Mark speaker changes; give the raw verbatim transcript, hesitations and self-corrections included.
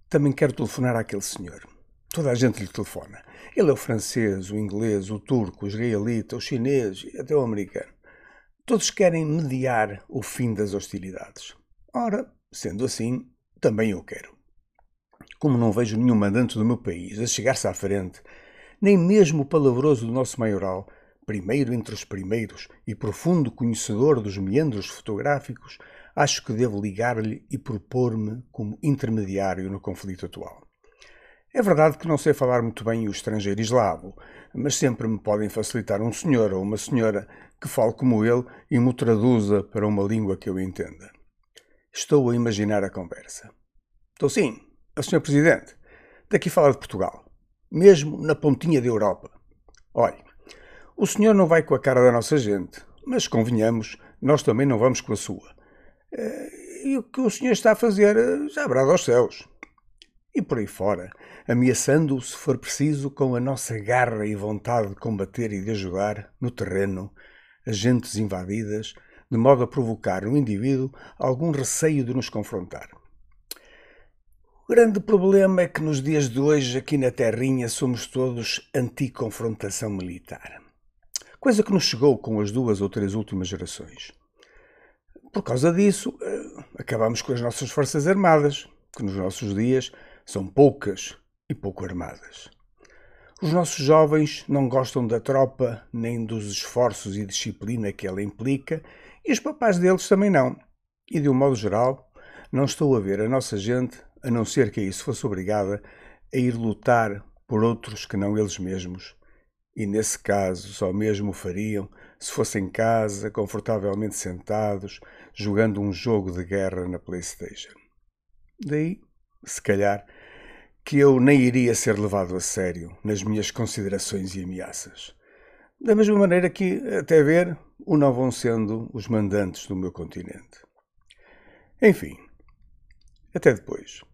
Speaker 1: Também quero telefonar àquele senhor. Toda a gente lhe telefona. Ele é o francês, o inglês, o turco, o israelita, o chinês e até o americano. Todos querem mediar o fim das hostilidades. Ora, sendo assim, também eu quero. Como não vejo nenhum mandante do meu país a chegar-se à frente, nem mesmo o palavroso do nosso maioral, primeiro entre os primeiros e profundo conhecedor dos meandros fotográficos, acho que devo ligar-lhe e propor-me como intermediário no conflito atual. É verdade que não sei falar muito bem o estrangeiro eslavo, mas sempre me podem facilitar um senhor ou uma senhora que fale como ele e me traduza para uma língua que eu entenda. Estou a imaginar a conversa. Estou sim, a senhor Presidente. Daqui fala de Portugal. Mesmo na pontinha da Europa. Olhe, o senhor não vai com a cara da nossa gente, mas convenhamos, nós também não vamos com a sua. E o que o senhor está a fazer já brada aos céus. E por aí fora, ameaçando-o, se for preciso, com a nossa garra e vontade de combater e de ajudar, no terreno, as gentes invadidas, de modo a provocar no indivíduo algum receio de nos confrontar. O grande problema é que nos dias de hoje, aqui na terrinha, somos todos anti-confrontação militar. Coisa que nos chegou com as duas ou três últimas gerações. Por causa disso, acabamos com as nossas forças armadas, que nos nossos dias são poucas e pouco armadas. Os nossos jovens não gostam da tropa nem dos esforços e disciplina que ela implica, e os papás deles também não. E de um modo geral, não estou a ver a nossa gente, a não ser que a isso fosse obrigada, a ir lutar por outros que não eles mesmos. E nesse caso só mesmo o fariam se fossem em casa, confortavelmente sentados, jogando um jogo de guerra na PlayStation. Daí, se calhar, que eu nem iria ser levado a sério nas minhas considerações e ameaças. Da mesma maneira que, até ver, o não vão sendo os mandantes do meu continente. Enfim, até depois.